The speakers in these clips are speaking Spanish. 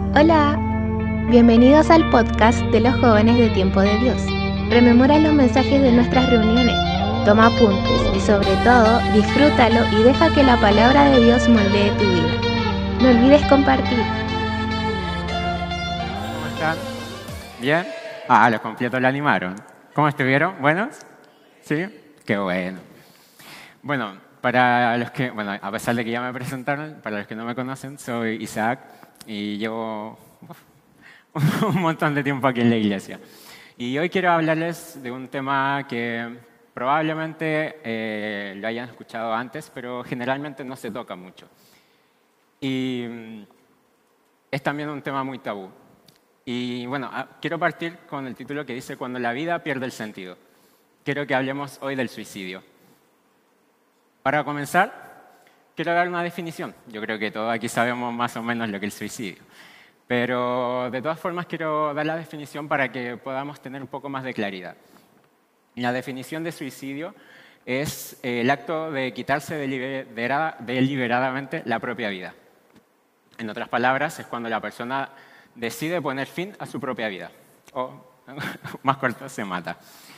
Hola, bienvenidos al podcast de los jóvenes de Tiempo de Dios. Rememora los mensajes de nuestras reuniones, toma apuntes y sobre todo disfrútalo y deja que la palabra de Dios moldee tu vida. No olvides compartir. ¿Cómo están? ¿Bien? Los completos la animaron. ¿Cómo estuvieron? ¿Buenos? ¿Sí? Qué bueno. Bueno, para los que, a pesar de que ya me presentaron, para los que no me conocen, soy Isaac y llevo un montón de tiempo aquí en la iglesia. Y hoy quiero hablarles de un tema que probablemente lo hayan escuchado antes, pero generalmente no se toca mucho. Y es también un tema muy tabú. Y bueno, quiero partir con el título que dice Cuando la vida pierde el sentido. Quiero que hablemos hoy del suicidio. Para comenzar, quiero dar una definición. Yo creo que todos aquí sabemos más o menos lo que es el suicidio. Pero de todas formas quiero dar la definición para que podamos tener un poco más de claridad. La definición de suicidio es el acto de quitarse deliberadamente la propia vida. En otras palabras, es cuando la persona decide poner fin a su propia vida. O, más corto, se mata.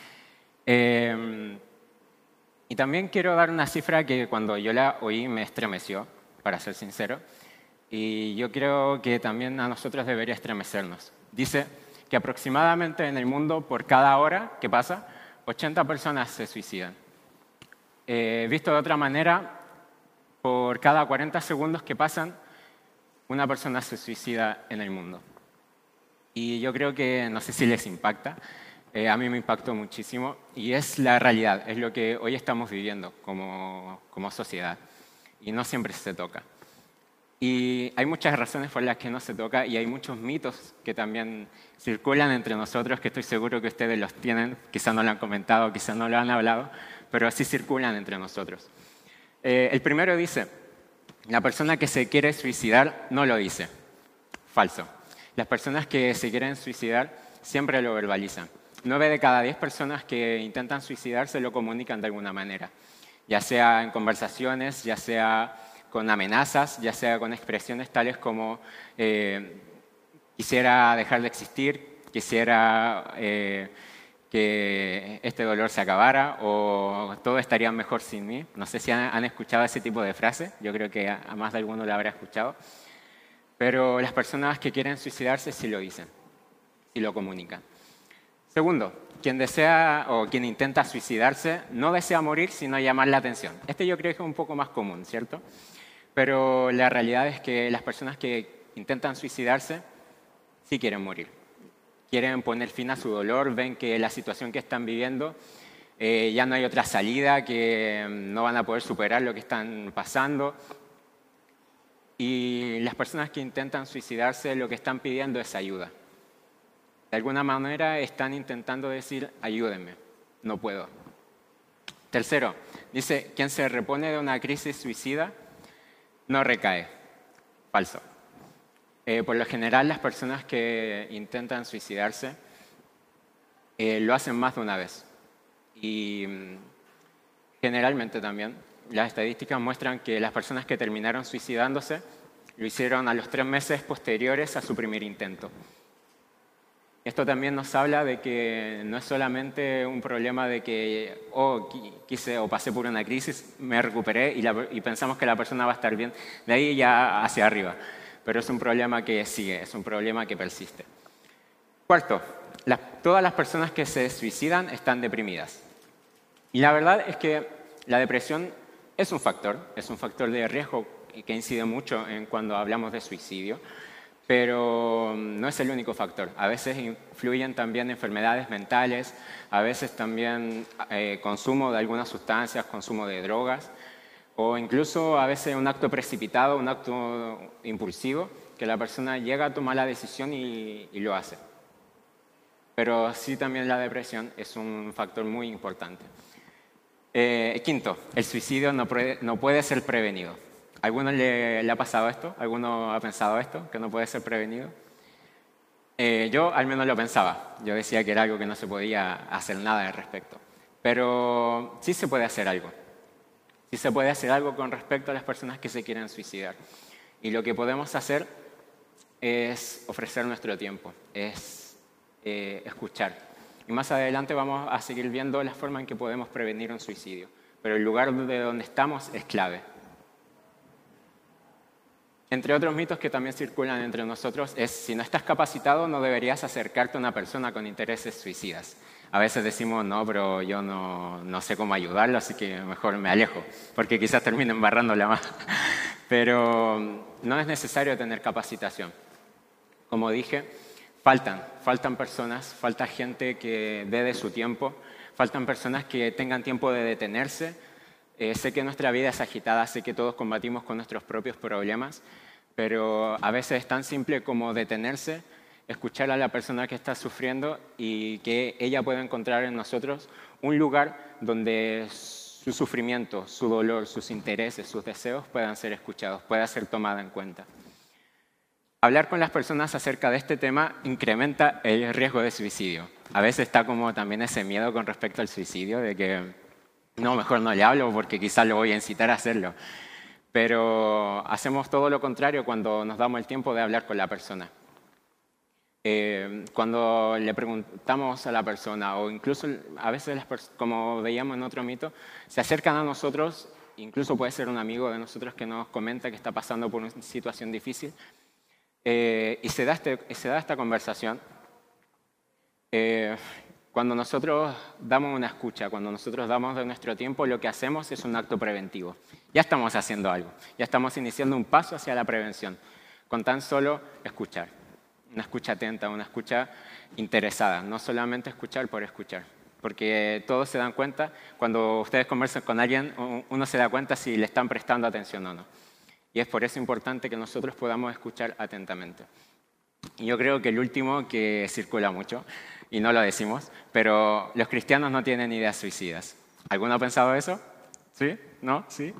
Y también quiero dar una cifra que cuando yo la oí me estremeció, para ser sincero. Y yo creo que también a nosotros debería estremecernos. Dice que aproximadamente en el mundo, por cada hora que pasa, 80 personas se suicidan. Visto de otra manera, por cada 40 segundos que pasan, una persona se suicida en el mundo. Y yo creo que, no sé si les impacta, a mí me impactó muchísimo y es la realidad, es lo que hoy estamos viviendo como sociedad y no siempre se toca. Y hay muchas razones por las que no se toca y hay muchos mitos que también circulan entre nosotros, que estoy seguro que ustedes los tienen, quizás no lo han comentado, quizás no lo han hablado, pero sí circulan entre nosotros. El primero dice, la persona que se quiere suicidar no lo dice. Falso. Las personas que se quieren suicidar siempre lo verbalizan. 9 de cada 10 personas que intentan suicidarse lo comunican de alguna manera, ya sea en conversaciones, ya sea con amenazas, ya sea con expresiones tales como quisiera dejar de existir, quisiera que este dolor se acabara o todo estaría mejor sin mí. No sé si han escuchado ese tipo de frase, yo creo que a más de alguno lo habrá escuchado, pero las personas que quieren suicidarse sí lo dicen y lo comunican. Segundo, quien desea o quien intenta suicidarse no desea morir, sino llamar la atención. Este yo creo que es un poco más común, ¿cierto? Pero la realidad es que las personas que intentan suicidarse sí quieren morir. Quieren poner fin a su dolor, ven que la situación que están viviendo ya no hay otra salida, que no van a poder superar lo que están pasando. Y las personas que intentan suicidarse lo que están pidiendo es ayuda. De alguna manera están intentando decir, ayúdenme, no puedo. Tercero, dice, quien se repone de una crisis suicida no recae. Falso. Por lo general, las personas que intentan suicidarse lo hacen más de una vez. Y generalmente también, las estadísticas muestran que las personas que terminaron suicidándose lo hicieron a los 3 meses posteriores a su primer intento. Esto también nos habla de que no es solamente un problema de que quise o pasé por una crisis, me recuperé y pensamos que la persona va a estar bien de ahí ya hacia arriba. Pero es un problema que sigue, es un problema que persiste. Cuarto, todas las personas que se suicidan están deprimidas. Y la verdad es que la depresión es un factor de riesgo que incide mucho en cuando hablamos de suicidio. Pero no es el único factor. A veces influyen también enfermedades mentales, a veces también consumo de algunas sustancias, consumo de drogas, o incluso a veces un acto precipitado, un acto impulsivo, que la persona llega a tomar la decisión y lo hace. Pero sí también la depresión es un factor muy importante. Quinto, el suicidio no puede ser prevenido. ¿A alguno le ha pasado esto? ¿Alguno ha pensado esto, que no puede ser prevenido? Yo al menos lo pensaba. Yo decía que era algo que no se podía hacer nada al respecto. Pero sí se puede hacer algo. Sí se puede hacer algo con respecto a las personas que se quieren suicidar. Y lo que podemos hacer es ofrecer nuestro tiempo, es escuchar. Y más adelante vamos a seguir viendo la forma en que podemos prevenir un suicidio. Pero el lugar de donde estamos es clave. Entre otros mitos que también circulan entre nosotros es, si no estás capacitado, no deberías acercarte a una persona con intereses suicidas. A veces decimos, no, pero yo no sé cómo ayudarlo, así que mejor me alejo, porque quizás termine embarrándola más. Pero no es necesario tener capacitación. Como dije, faltan personas, falta gente que dé de su tiempo, faltan personas que tengan tiempo de detenerse. Sé que nuestra vida es agitada, sé que todos combatimos con nuestros propios problemas, pero a veces es tan simple como detenerse, escuchar a la persona que está sufriendo y que ella pueda encontrar en nosotros un lugar donde su sufrimiento, su dolor, sus intereses, sus deseos puedan ser escuchados, pueda ser tomada en cuenta. Hablar con las personas acerca de este tema incrementa el riesgo de suicidio. A veces está como también ese miedo con respecto al suicidio, de que no, mejor no le hablo porque quizás lo voy a incitar a hacerlo. Pero hacemos todo lo contrario cuando nos damos el tiempo de hablar con la persona. Cuando le preguntamos a la persona, o incluso a veces, como veíamos en otro mito, se acercan a nosotros, incluso puede ser un amigo de nosotros que nos comenta que está pasando por una situación difícil, y se da esta conversación. Cuando nosotros damos una escucha, cuando nosotros damos de nuestro tiempo, lo que hacemos es un acto preventivo. Ya estamos haciendo algo, ya estamos iniciando un paso hacia la prevención, con tan solo escuchar. Una escucha atenta, una escucha interesada, no solamente escuchar por escuchar. Porque todos se dan cuenta, cuando ustedes conversan con alguien, uno se da cuenta si le están prestando atención o no. Y es por eso importante que nosotros podamos escuchar atentamente. Y yo creo que el último que circula mucho, y no lo decimos, pero los cristianos no tienen ideas suicidas. ¿Alguno ha pensado eso? ¿Sí? ¿No? ¿Sí?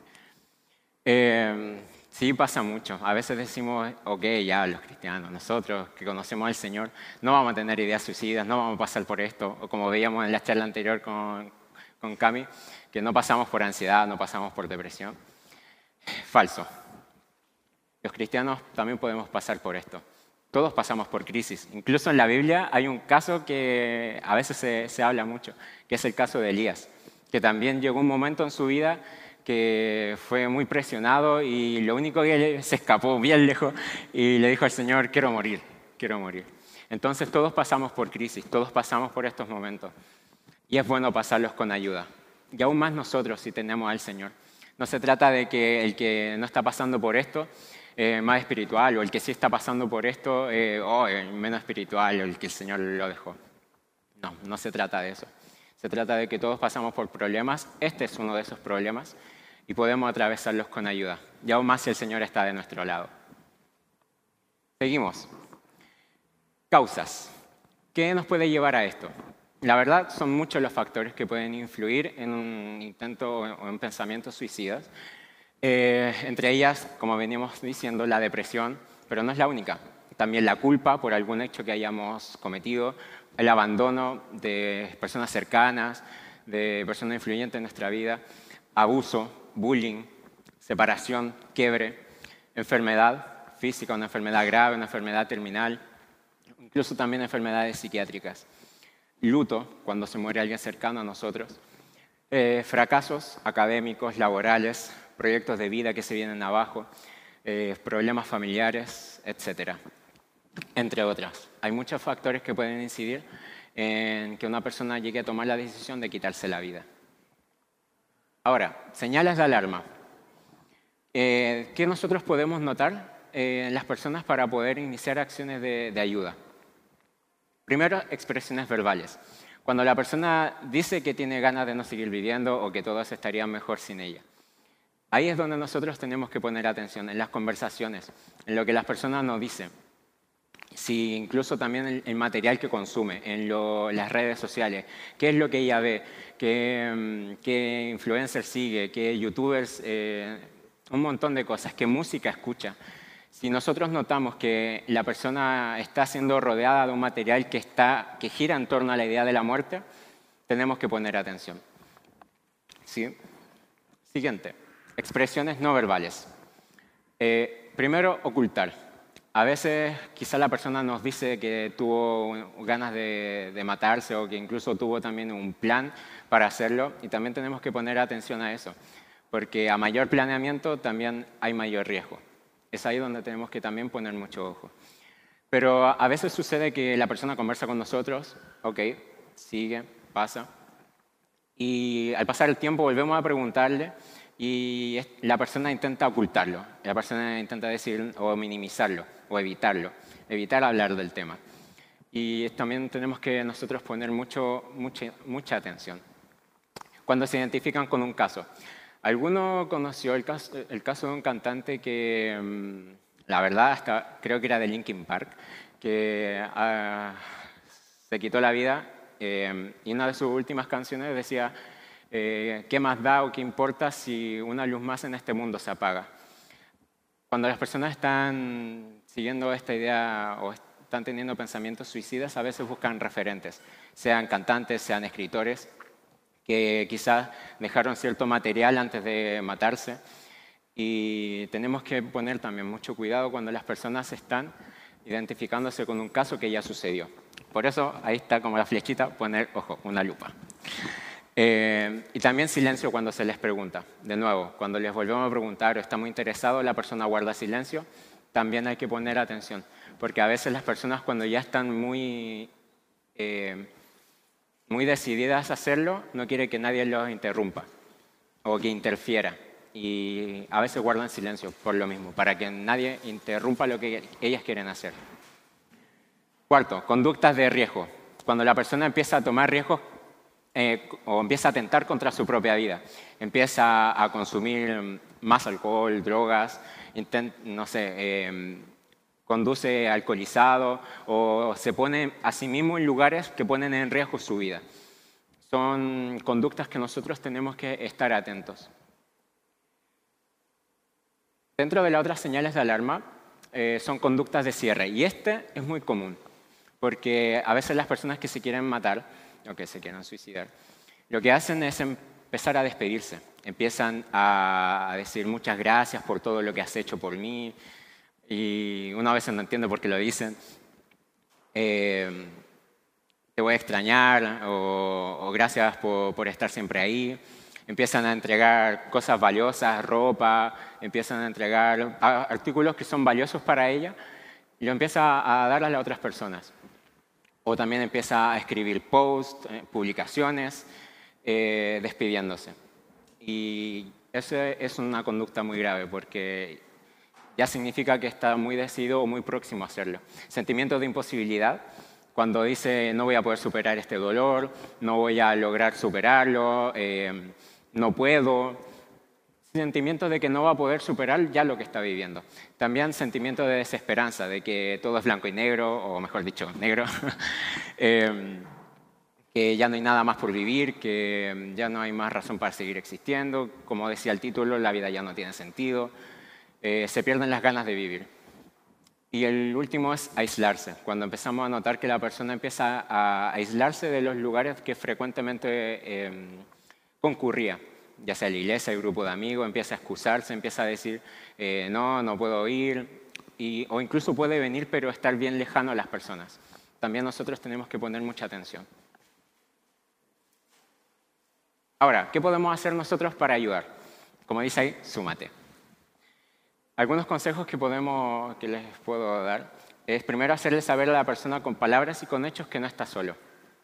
Sí, pasa mucho. A veces decimos, ok, ya los cristianos, nosotros que conocemos al Señor, no vamos a tener ideas suicidas, no vamos a pasar por esto. O como veíamos en la charla anterior con Cami, que no pasamos por ansiedad, no pasamos por depresión. Falso. Los cristianos también podemos pasar por esto. Todos pasamos por crisis. Incluso en la Biblia hay un caso que a veces se habla mucho, que es el caso de Elías, que también llegó un momento en su vida que fue muy presionado y lo único que se escapó bien lejos y le dijo al Señor, quiero morir, quiero morir. Entonces todos pasamos por crisis, todos pasamos por estos momentos y es bueno pasarlos con ayuda. Y aún más nosotros si tenemos al Señor. No se trata de que el que no está pasando por esto más espiritual, o el que sí está pasando por esto, el menos espiritual, o el que el Señor lo dejó. No, no se trata de eso. Se trata de que todos pasamos por problemas, este es uno de esos problemas, y podemos atravesarlos con ayuda, y aún más si el Señor está de nuestro lado. Seguimos. Causas. ¿Qué nos puede llevar a esto? La verdad, son muchos los factores que pueden influir en un intento o en pensamientos suicidas. Entre ellas, como veníamos diciendo, la depresión, pero no es la única. También la culpa por algún hecho que hayamos cometido, el abandono de personas cercanas, de personas influyentes en nuestra vida, abuso, bullying, separación, quiebre, enfermedad física, una enfermedad grave, una enfermedad terminal, incluso también enfermedades psiquiátricas. Luto, cuando se muere alguien cercano a nosotros. Fracasos académicos, laborales, proyectos de vida que se vienen abajo, problemas familiares, etc. Entre otras. Hay muchos factores que pueden incidir en que una persona llegue a tomar la decisión de quitarse la vida. Ahora, señales de alarma. ¿Qué nosotros podemos notar en las personas para poder iniciar acciones de ayuda? Primero, expresiones verbales. Cuando la persona dice que tiene ganas de no seguir viviendo o que todos estarían mejor sin ella. Ahí es donde nosotros tenemos que poner atención, en las conversaciones, en lo que las personas nos dicen. Si incluso también el material que consume, en las redes sociales, qué es lo que ella ve, qué influencers sigue, qué youtubers, un montón de cosas, qué música escucha. Si nosotros notamos que la persona está siendo rodeada de un material que gira en torno a la idea de la muerte, tenemos que poner atención. ¿Sí? Siguiente, expresiones no verbales. Primero, ocultar. A veces quizá la persona nos dice que tuvo ganas de matarse o que incluso tuvo también un plan para hacerlo y también tenemos que poner atención a eso, porque a mayor planeamiento también hay mayor riesgo. Es ahí donde tenemos que también poner mucho ojo. Pero a veces sucede que la persona conversa con nosotros, ok, sigue, pasa, y al pasar el tiempo volvemos a preguntarle y la persona intenta ocultarlo, la persona intenta decir o minimizarlo o evitarlo, evitar hablar del tema. Y también tenemos que nosotros poner mucha atención. Cuando se identifican con un caso. ¿Alguno conoció el caso de un cantante que, la verdad, hasta creo que era de Linkin Park, que se quitó la vida y una de sus últimas canciones decía ¿qué más da o qué importa si una luz más en este mundo se apaga? Cuando las personas están siguiendo esta idea o están teniendo pensamientos suicidas, a veces buscan referentes, sean cantantes, sean escritores, que quizás dejaron cierto material antes de matarse. Y tenemos que poner también mucho cuidado cuando las personas están identificándose con un caso que ya sucedió. Por eso, ahí está como la flechita, poner, ojo, una lupa. Y también silencio cuando se les pregunta. De nuevo, cuando les volvemos a preguntar o está muy interesado, la persona guarda silencio, también hay que poner atención. Porque a veces las personas cuando ya están muy decididas a hacerlo, no quiere que nadie los interrumpa o que interfiera. Y a veces guardan silencio por lo mismo, para que nadie interrumpa lo que ellas quieren hacer. Cuarto, conductas de riesgo. Cuando la persona empieza a tomar riesgos o empieza a atentar contra su propia vida, empieza a consumir más alcohol, drogas, no sé, conduce alcoholizado o se pone a sí mismo en lugares que ponen en riesgo su vida. Son conductas que nosotros tenemos que estar atentos. Dentro de las otras señales de alarma son conductas de cierre y este es muy común porque a veces las personas que se quieren matar o que se quieren suicidar, lo que hacen es empezar a despedirse. Empiezan a decir muchas gracias por todo lo que has hecho por mí y una vez no entiendo por qué lo dicen. Te voy a extrañar o gracias por estar siempre ahí. Empiezan a entregar cosas valiosas, ropa, empiezan a entregar artículos que son valiosos para ella y lo empieza a dar a las otras personas. O también empieza a escribir posts, publicaciones, despidiéndose. Y eso es una conducta muy grave porque ya significa que está muy decidido o muy próximo a hacerlo. Sentimientos de imposibilidad, cuando dice no voy a poder superar este dolor, no voy a lograr superarlo, no puedo. Sentimiento de que no va a poder superar ya lo que está viviendo. También sentimiento de desesperanza, de que todo es blanco y negro, o mejor dicho, negro, que ya no hay nada más por vivir, que ya no hay más razón para seguir existiendo. Como decía el título, la vida ya no tiene sentido. Se pierden las ganas de vivir. Y el último es aislarse, cuando empezamos a notar que la persona empieza a aislarse de los lugares que frecuentemente concurría. Ya sea la iglesia, el grupo de amigos, empieza a excusarse, empieza a decir no puedo ir, o incluso puede venir pero estar bien lejano a las personas. También nosotros tenemos que poner mucha atención. Ahora, ¿qué podemos hacer nosotros para ayudar? Como dice ahí, súmate. Algunos consejos que les puedo dar es primero hacerle saber a la persona con palabras y con hechos que no está solo.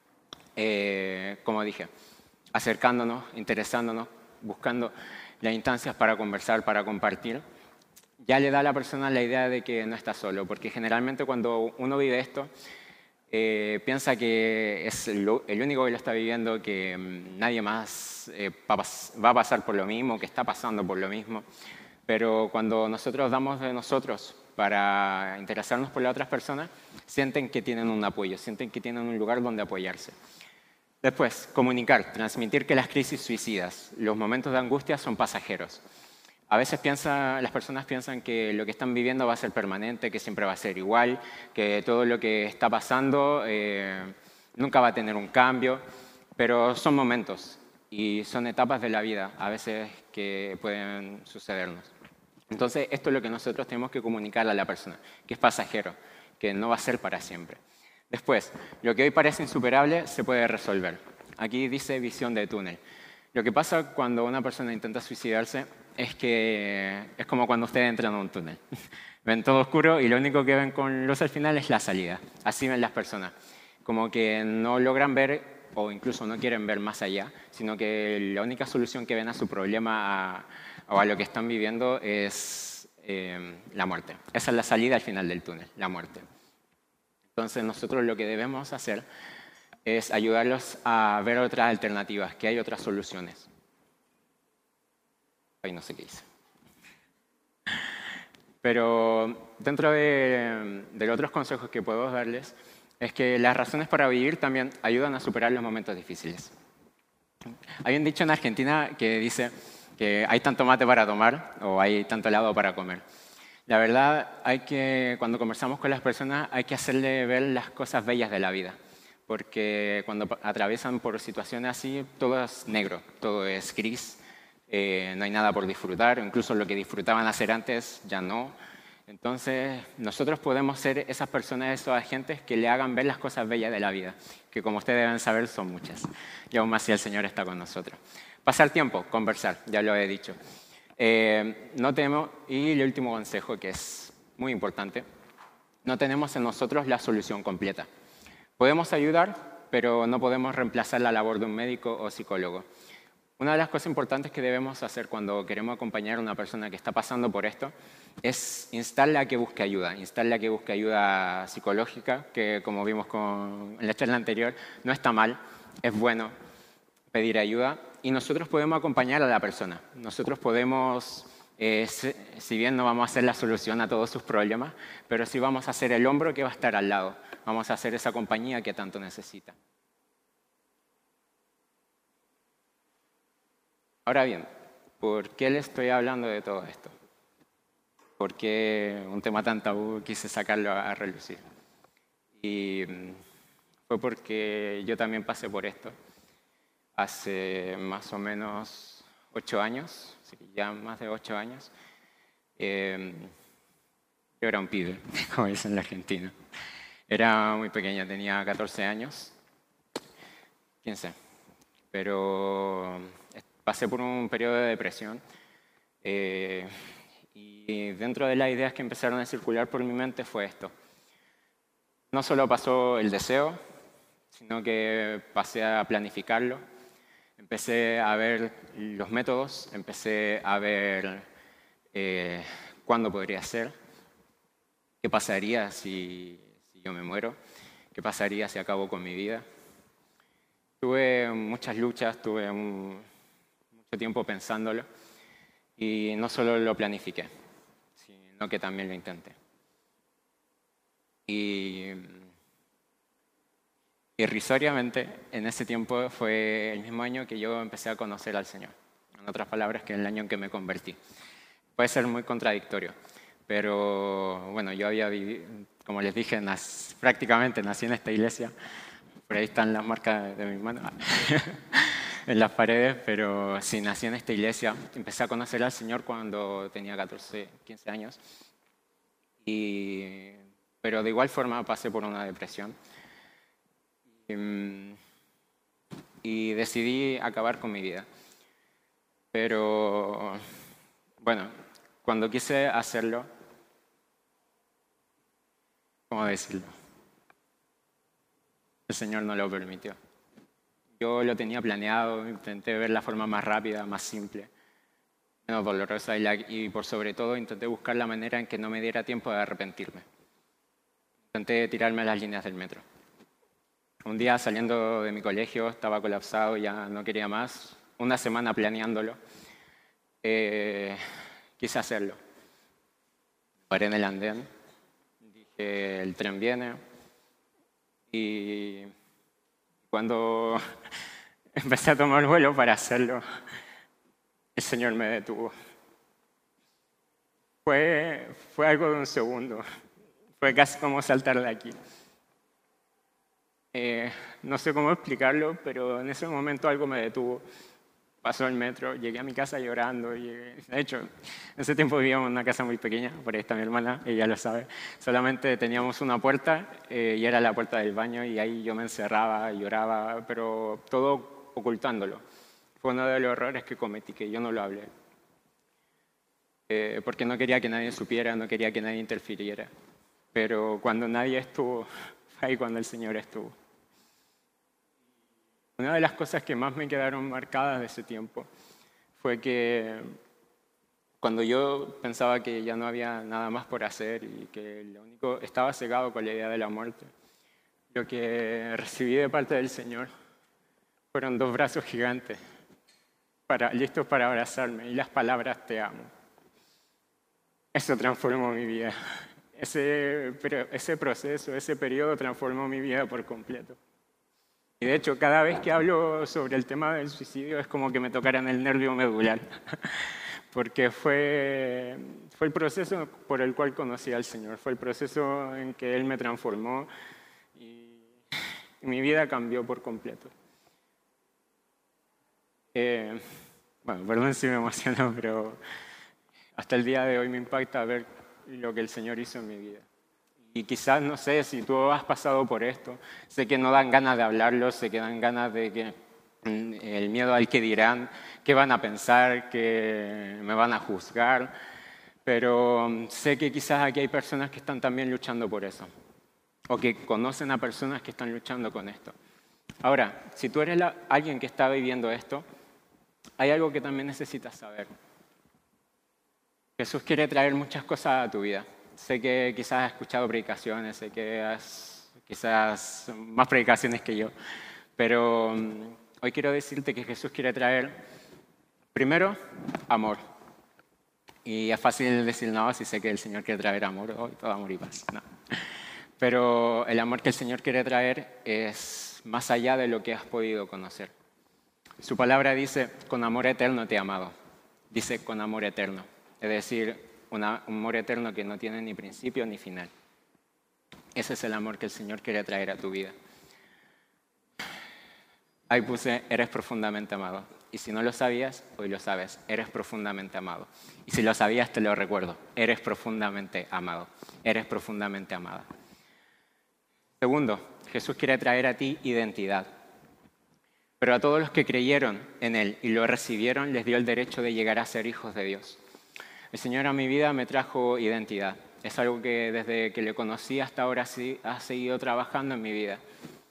Como dije, acercándonos, interesándonos, buscando las instancias para conversar, para compartir, ya le da a la persona la idea de que no está solo, porque generalmente cuando uno vive esto, piensa que es el único que lo está viviendo, que nadie más va a pasar por lo mismo, que está pasando por lo mismo. Pero cuando nosotros damos de nosotros para interesarnos por las otras personas, sienten que tienen un apoyo, sienten que tienen un lugar donde apoyarse. Después, comunicar, transmitir que las crisis suicidas, los momentos de angustia son pasajeros. A veces las personas piensan que lo que están viviendo va a ser permanente, que siempre va a ser igual, que todo lo que está pasando nunca va a tener un cambio, pero son momentos y son etapas de la vida, a veces que pueden sucedernos. Entonces, esto es lo que nosotros tenemos que comunicar a la persona, que es pasajero, que no va a ser para siempre. Después, lo que hoy parece insuperable se puede resolver. Aquí dice visión de túnel. Lo que pasa cuando una persona intenta suicidarse es que es como cuando ustedes entran a un túnel. Ven todo oscuro y lo único que ven con luz al final es la salida. Así ven las personas. Como que no logran ver o incluso no quieren ver más allá, sino que la única solución que ven a su problema o a lo que están viviendo es la muerte. Esa es la salida al final del túnel, la muerte. Entonces nosotros lo que debemos hacer es ayudarlos a ver otras alternativas, que hay otras soluciones. Ay, no sé qué hice. Pero dentro de los otros consejos que puedo darles es que las razones para vivir también ayudan a superar los momentos difíciles. Hay un dicho en Argentina que dice que hay tanto mate para tomar o hay tanto helado para comer. La verdad, cuando conversamos con las personas hay que hacerle ver las cosas bellas de la vida, porque cuando atraviesan por situaciones así, todo es negro, todo es gris, no hay nada por disfrutar, incluso lo que disfrutaban hacer antes ya no. Entonces, nosotros podemos ser esas personas, esos agentes que le hagan ver las cosas bellas de la vida, que como ustedes deben saber son muchas, y aún así el Señor está con nosotros. Pasar tiempo, conversar, ya lo he dicho. No tenemos, y el último consejo que es muy importante, no tenemos en nosotros la solución completa. Podemos ayudar, pero no podemos reemplazar la labor de un médico o psicólogo. Una de las cosas importantes que debemos hacer cuando queremos acompañar a una persona que está pasando por esto es instarle a que busque ayuda psicológica, que como vimos en la charla anterior, no está mal, es bueno pedir ayuda y nosotros podemos acompañar a la persona. Nosotros podemos, si bien no vamos a hacer la solución a todos sus problemas, pero sí vamos a ser el hombro que va a estar al lado, vamos a hacer esa compañía que tanto necesita. Ahora bien, ¿por qué le estoy hablando de todo esto? ¿Por qué un tema tan tabú quise sacarlo a relucir? Y fue porque yo también pasé por esto hace más o menos 8 años, sí, ya más de 8 años. Yo era un pibe, como dicen en la Argentina. Era muy pequeña, tenía 14 años, 15, pero pasé por un periodo de depresión y dentro de las ideas que empezaron a circular por mi mente fue esto. No solo pasó el deseo, sino que pasé a planificarlo, empecé a ver los métodos, empecé a ver cuándo podría ser, qué pasaría si yo me muero, qué pasaría si acabo con mi vida. Tuve muchas luchas, tuve mucho tiempo pensándolo y no solo lo planifiqué, sino que también lo intenté. Y irrisoriamente, en ese tiempo fue el mismo año que yo empecé a conocer al Señor. En otras palabras, que el año en que me convertí. Puede ser muy contradictorio, pero bueno, yo había vivido, como les dije, prácticamente nací en esta iglesia. Por ahí están las marcas de mis manos en las paredes, pero sí, nací en esta iglesia. Empecé a conocer al Señor cuando tenía 14, 15 años. Pero de igual forma pasé por una depresión. Y decidí acabar con mi vida. Pero, bueno, cuando quise hacerlo, ¿cómo decirlo? El Señor no lo permitió. Yo lo tenía planeado, intenté ver la forma más rápida, más simple, menos dolorosa y por sobre todo intenté buscar la manera en que no me diera tiempo de arrepentirme. Intenté tirarme a las líneas del metro. Un día saliendo de mi colegio estaba colapsado, ya no quería más. Una semana planeándolo. Quise hacerlo. Paré en el andén. Dije, el tren viene. Y cuando empecé a tomar vuelo para hacerlo, el Señor me detuvo. Fue algo de un segundo. Fue casi como saltar de aquí. No sé cómo explicarlo, pero en ese momento algo me detuvo. pasó el metro, llegué a mi casa llorando. De hecho, en ese tiempo vivíamos en una casa muy pequeña, por ahí está mi hermana, ella lo sabe. Solamente teníamos una puerta y era la puerta del baño y ahí yo me encerraba, lloraba, pero todo ocultándolo. Fue uno de los errores que cometí, que yo no lo hablé. Porque no quería que nadie supiera, no quería que nadie interfiriera. Pero cuando nadie estuvo, fue ahí cuando el Señor estuvo. Una de las cosas que más me quedaron marcadas de ese tiempo fue que cuando yo pensaba que ya no había nada más por hacer y que lo único estaba cegado con la idea de la muerte, lo que recibí de parte del Señor fueron 2 brazos gigantes listos para abrazarme y las palabras "te amo". Eso transformó mi vida. Ese proceso, ese periodo transformó mi vida por completo. Y de hecho, cada vez que hablo sobre el tema del suicidio es como que me tocaran el nervio medular, porque fue el proceso por el cual conocí al Señor, fue el proceso en que Él me transformó y mi vida cambió por completo. Bueno, perdón si me emociono, pero hasta el día de hoy me impacta ver lo que el Señor hizo en mi vida. Y quizás, no sé, si tú has pasado por esto, sé que no dan ganas de hablarlo, sé que dan ganas de que el miedo al que dirán, qué van a pensar, que me van a juzgar, pero sé que quizás aquí hay personas que están también luchando por eso, o que conocen a personas que están luchando con esto. Ahora, si tú eres alguien que está viviendo esto, hay algo que también necesitas saber. Jesús quiere traer muchas cosas a tu vida. Sé que quizás has escuchado predicaciones, sé que has quizás más predicaciones que yo, pero hoy quiero decirte que Jesús quiere traer, primero, amor. Y es fácil decir, no, si sé que el Señor quiere traer amor, hoy todo amor y paz. No. Pero el amor que el Señor quiere traer es más allá de lo que has podido conocer. Su palabra dice, con amor eterno te he amado. Dice, con amor eterno. Es decir, un amor eterno que no tiene ni principio ni final. Ese es el amor que el Señor quiere traer a tu vida. Ahí puse, eres profundamente amado. Y si no lo sabías, hoy lo sabes, eres profundamente amado. Y si lo sabías, te lo recuerdo, eres profundamente amado, eres profundamente amada. Segundo, Jesús quiere traer a ti identidad. Pero a todos los que creyeron en Él y lo recibieron, les dio el derecho de llegar a ser hijos de Dios. El Señor a mi vida me trajo identidad. Es algo que desde que le conocí hasta ahora sí ha seguido trabajando en mi vida.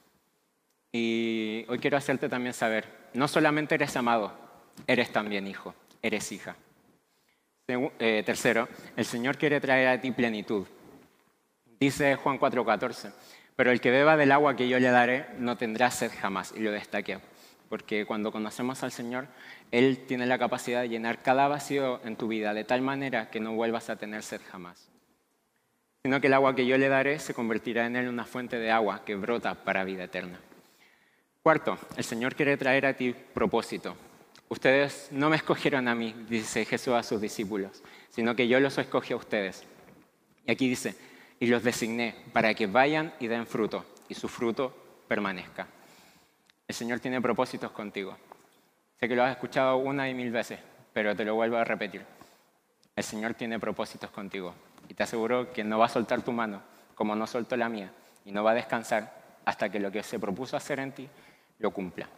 Y hoy quiero hacerte también saber, no solamente eres amado, eres también hijo, eres hija. Tercero, el Señor quiere traer a ti plenitud. Dice Juan 4:14, pero el que beba del agua que yo le daré no tendrá sed jamás. Y lo destaqué, porque cuando conocemos al Señor, Él tiene la capacidad de llenar cada vacío en tu vida de tal manera que no vuelvas a tener sed jamás. Sino que el agua que yo le daré se convertirá en Él una fuente de agua que brota para vida eterna. Cuarto, el Señor quiere traer a ti propósito. Ustedes no me escogieron a mí, dice Jesús a sus discípulos, sino que yo los escogí a ustedes. Y aquí dice, y los designé para que vayan y den fruto, y su fruto permanezca. El Señor tiene propósitos contigo. Sé que lo has escuchado 1 y 1000 veces, pero te lo vuelvo a repetir. El Señor tiene propósitos contigo. Y te aseguro que no va a soltar tu mano, como no soltó la mía, y no va a descansar hasta que lo que se propuso hacer en ti lo cumpla.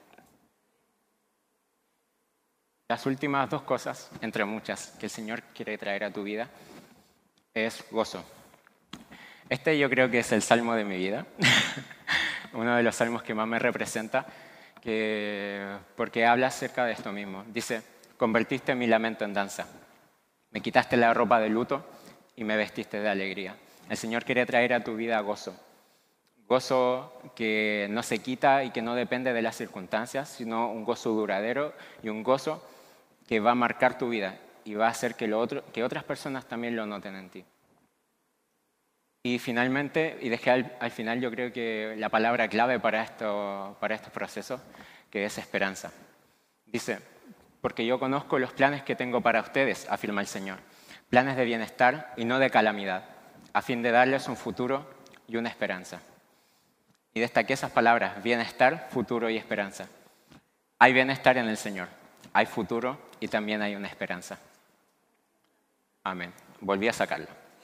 Las últimas 2 cosas, entre muchas, que el Señor quiere traer a tu vida, es gozo. Este yo creo que es el salmo de mi vida, uno de los salmos que más me representa, porque habla acerca de esto mismo. Dice, convertiste mi lamento en danza, me quitaste la ropa de luto y me vestiste de alegría. El Señor quiere traer a tu vida gozo. Gozo que no se quita y que no depende de las circunstancias, sino un gozo duradero y un gozo que va a marcar tu vida y va a hacer que otras personas también lo noten en ti. Y finalmente, y dejé al final yo creo que la palabra clave para estos procesos, que es esperanza. Dice, porque yo conozco los planes que tengo para ustedes, afirma el Señor, planes de bienestar y no de calamidad, a fin de darles un futuro y una esperanza. Y destaqué esas palabras, bienestar, futuro y esperanza. Hay bienestar en el Señor. hay futuro y también hay una esperanza. Amén. Volví a sacarlo.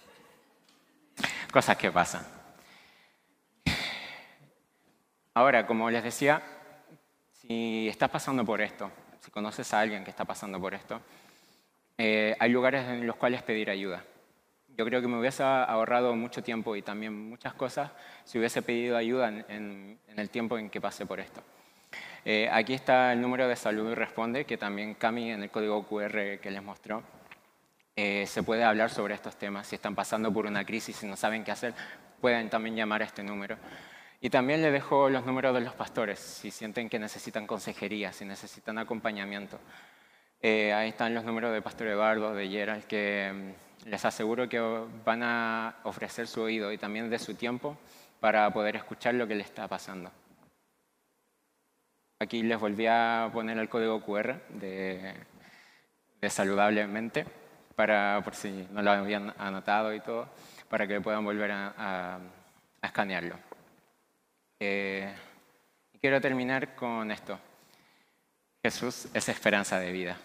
Cosas que pasan. Ahora, como les decía, si estás pasando por esto, si conoces a alguien que está pasando por esto, hay lugares en los cuales pedir ayuda. Yo creo que me hubiese ahorrado mucho tiempo y también muchas cosas si hubiese pedido ayuda en el tiempo en que pasé por esto. Aquí está el número de Salud y Responde, que también Cami en el código QR que les mostró. Se puede hablar sobre estos temas. Si están pasando por una crisis y no saben qué hacer, pueden también llamar a este número. Y también les dejo los números de los pastores, si sienten que necesitan consejería, si necesitan acompañamiento. Ahí están los números de Pastor Eduardo, de Gerald, que les aseguro que van a ofrecer su oído y también de su tiempo para poder escuchar lo que les está pasando. Aquí les volví a poner el código QR de Saludablemente, por si no lo habían anotado y todo, para que puedan volver a escanearlo. Y quiero terminar con esto. Jesús es esperanza de vida.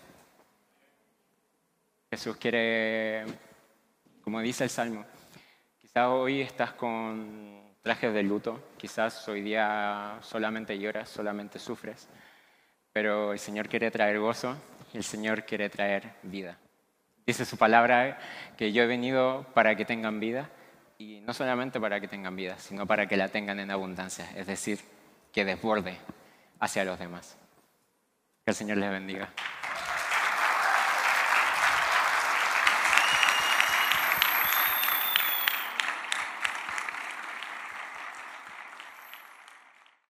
Jesús quiere, como dice el Salmo, quizás hoy estás con trajes de luto, quizás hoy día solamente lloras, solamente sufres, pero el Señor quiere traer gozo y el Señor quiere traer vida. Dice su palabra que yo he venido para que tengan vida y no solamente para que tengan vida, sino para que la tengan en abundancia, es decir, que desborde hacia los demás. Que el Señor les bendiga.